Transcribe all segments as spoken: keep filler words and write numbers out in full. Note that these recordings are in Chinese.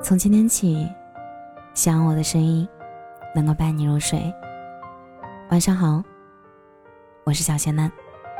从今天起，希望我的声音能够伴你入睡。晚上好，我是小仙男。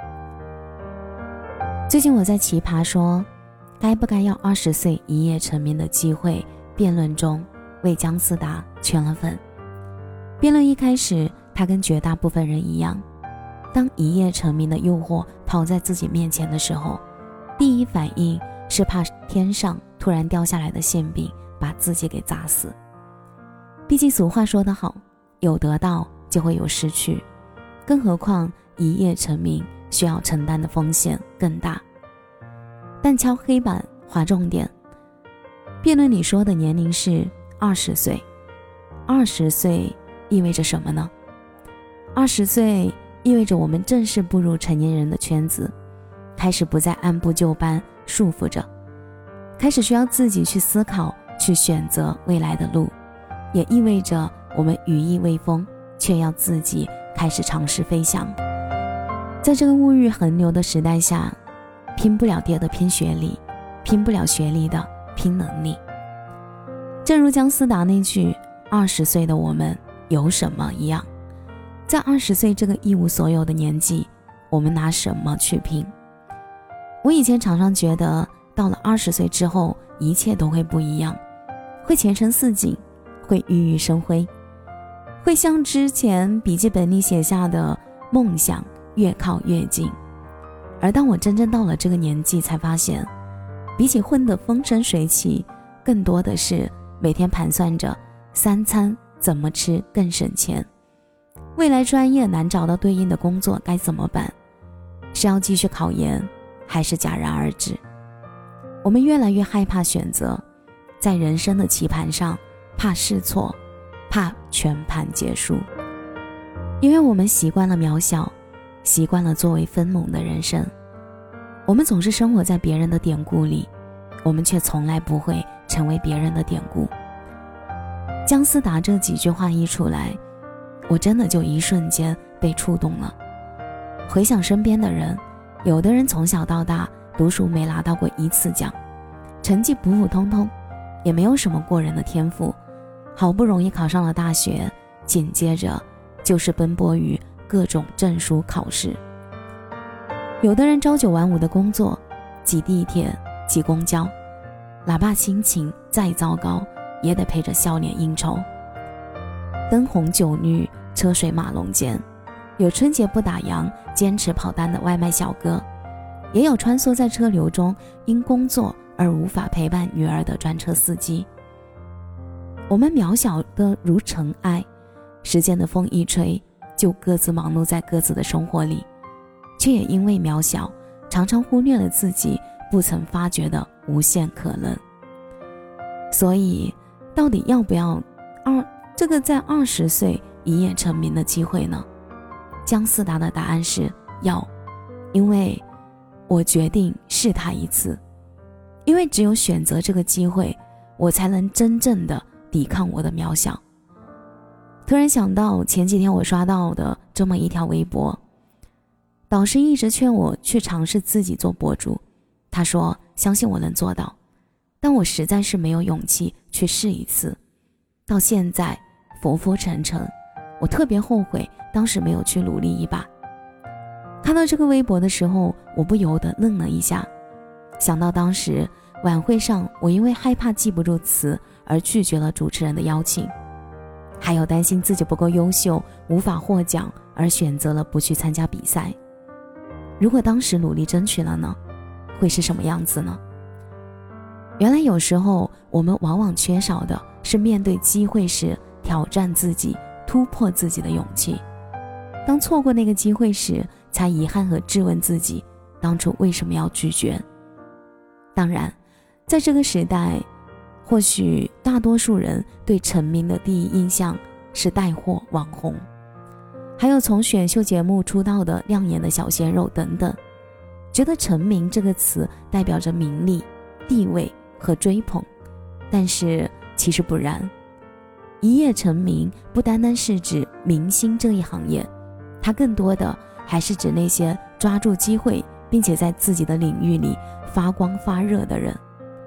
最近我在奇葩说该不该要二十岁一夜成名的机会辩论中为姜思达圈了粉。辩论一开始，他跟绝大部分人一样，当一夜成名的诱惑抛在自己面前的时候，第一反应是怕天上突然掉下来的馅饼把自己给砸死。毕竟俗话说得好，有得到就会有失去，更何况一夜成名需要承担的风险更大。但敲黑板划重点，辩论里说的年龄是二十岁。二十岁意味着什么呢？二十岁意味着我们正式步入成年人的圈子，开始不再按部就班束缚着，开始需要自己去思考，去选择未来的路，也意味着我们羽翼未丰，却要自己开始尝试飞翔。在这个物欲横流的时代下，拼不了爹的拼学历，拼不了学历的拼能力。正如姜思达那句二十岁的我们有什么一样，在二十岁这个一无所有的年纪，我们拿什么去拼？我以前常常觉得到了二十岁之后一切都会不一样，会前程似锦，会熠熠生辉，会像之前笔记本里写下的梦想越靠越近。而当我真正到了这个年纪，才发现比起混得风生水起，更多的是每天盘算着三餐怎么吃更省钱，未来专业难找到对应的工作该怎么办，是要继续考研还是戛然而止。我们越来越害怕选择，在人生的棋盘上怕试错，怕全盘结束，因为我们习惯了渺小，习惯了作为分母的人生。我们总是生活在别人的典故里，我们却从来不会成为别人的典故。姜思达这几句话一出来，我真的就一瞬间被触动了。回想身边的人，有的人从小到大读书没拿到过一次奖，成绩普普通通，也没有什么过人的天赋，好不容易考上了大学，紧接着就是奔波于各种证书考试。有的人朝九晚五的工作，挤地铁挤公交，哪怕心情再糟糕也得陪着笑脸应酬。灯红酒绿，车水马龙间，有春节不打烊坚持跑单的外卖小哥，也有穿梭在车流中因工作而无法陪伴女儿的专车司机。我们渺小的如尘埃，时间的风一吹，就各自忙碌在各自的生活里，却也因为渺小，常常忽略了自己不曾发觉的无限可能。所以到底要不要二这个在二十岁一夜成名的机会呢？姜思达的答案是要，因为我决定试他一次，因为只有选择这个机会，我才能真正的抵抗我的渺小。突然想到前几天我刷到的这么一条微博，导师一直劝我去尝试自己做博主，他说相信我能做到，但我实在是没有勇气去试一次。到现在浮浮沉沉，我特别后悔当时没有去努力一把。看到这个微博的时候，我不由得愣了一下，想到当时晚会上我因为害怕记不住词而拒绝了主持人的邀请，还有担心自己不够优秀无法获奖而选择了不去参加比赛。如果当时努力争取了呢，会是什么样子呢？原来有时候我们往往缺少的是面对机会时挑战自己突破自己的勇气，当错过那个机会时才遗憾和质问自己当初为什么要拒绝。当然在这个时代，或许大多数人对成名的第一印象是带货网红，还有从选秀节目出道的亮眼的小鲜肉等等，觉得成名这个词代表着名利、地位和追捧，但是其实不然。一夜成名不单单是指明星这一行业，它更多的还是指那些抓住机会并且在自己的领域里发光发热的人。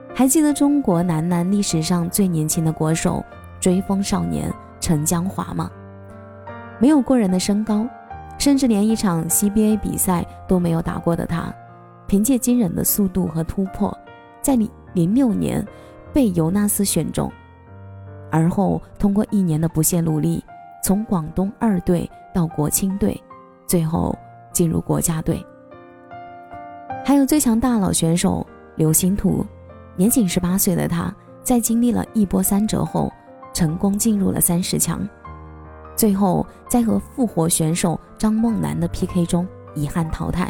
还记得中国男篮历史上最年轻的国手追风少年陈江华吗？没有过人的身高，甚至连一场 C B A 比赛都没有打过的他，凭借惊人的速度和突破，在零六年被尤纳斯选中，而后通过一年的不懈努力，从广东二队到国青队，最后进入国家队。还有最强大佬选手刘星图，年仅十八岁的他，在经历了一波三折后，成功进入了三十强，最后在和复活选手张梦楠的 P K 中遗憾淘汰。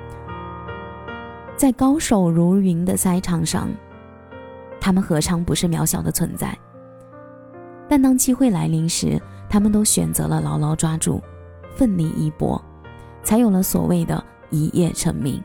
在高手如云的赛场上，他们何尝不是渺小的存在？但当机会来临时，他们都选择了牢牢抓住，奋力一搏，才有了所谓的一夜成名。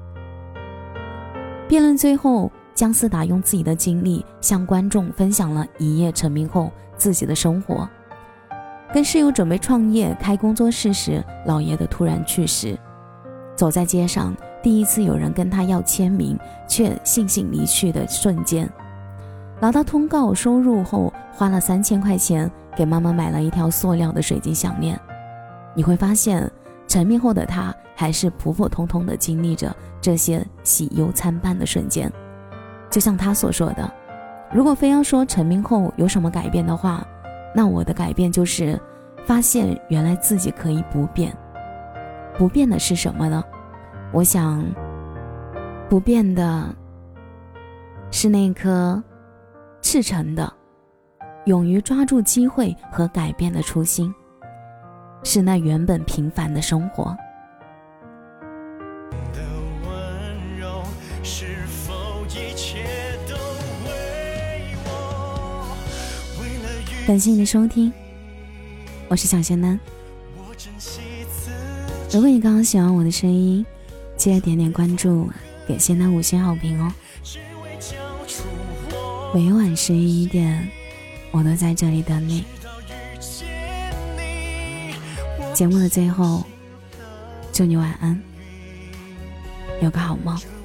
辩论最后，姜思达用自己的经历向观众分享了一夜成名后自己的生活，跟室友准备创业开工作室时姥爷的突然去世，走在街上第一次有人跟他要签名却悻悻离去的瞬间，拿到通告收入后花了三千块钱给妈妈买了一条塑料的水晶项链。你会发现成名后的他还是普普通通地经历着这些喜忧参半的瞬间。就像他所说的，如果非要说成名后有什么改变的话，那我的改变就是发现原来自己可以不变。不变的是什么呢？我想不变的是那颗赤诚的勇于抓住机会和改变的初心，是那原本平凡的生活。感谢你的收听，我是小仙丹。如果你刚刚喜欢我的声音，记得点点关注，给仙丹五星好评哦。每晚十一点，我都在这里等你。节目的最后，祝你晚安，有个好梦。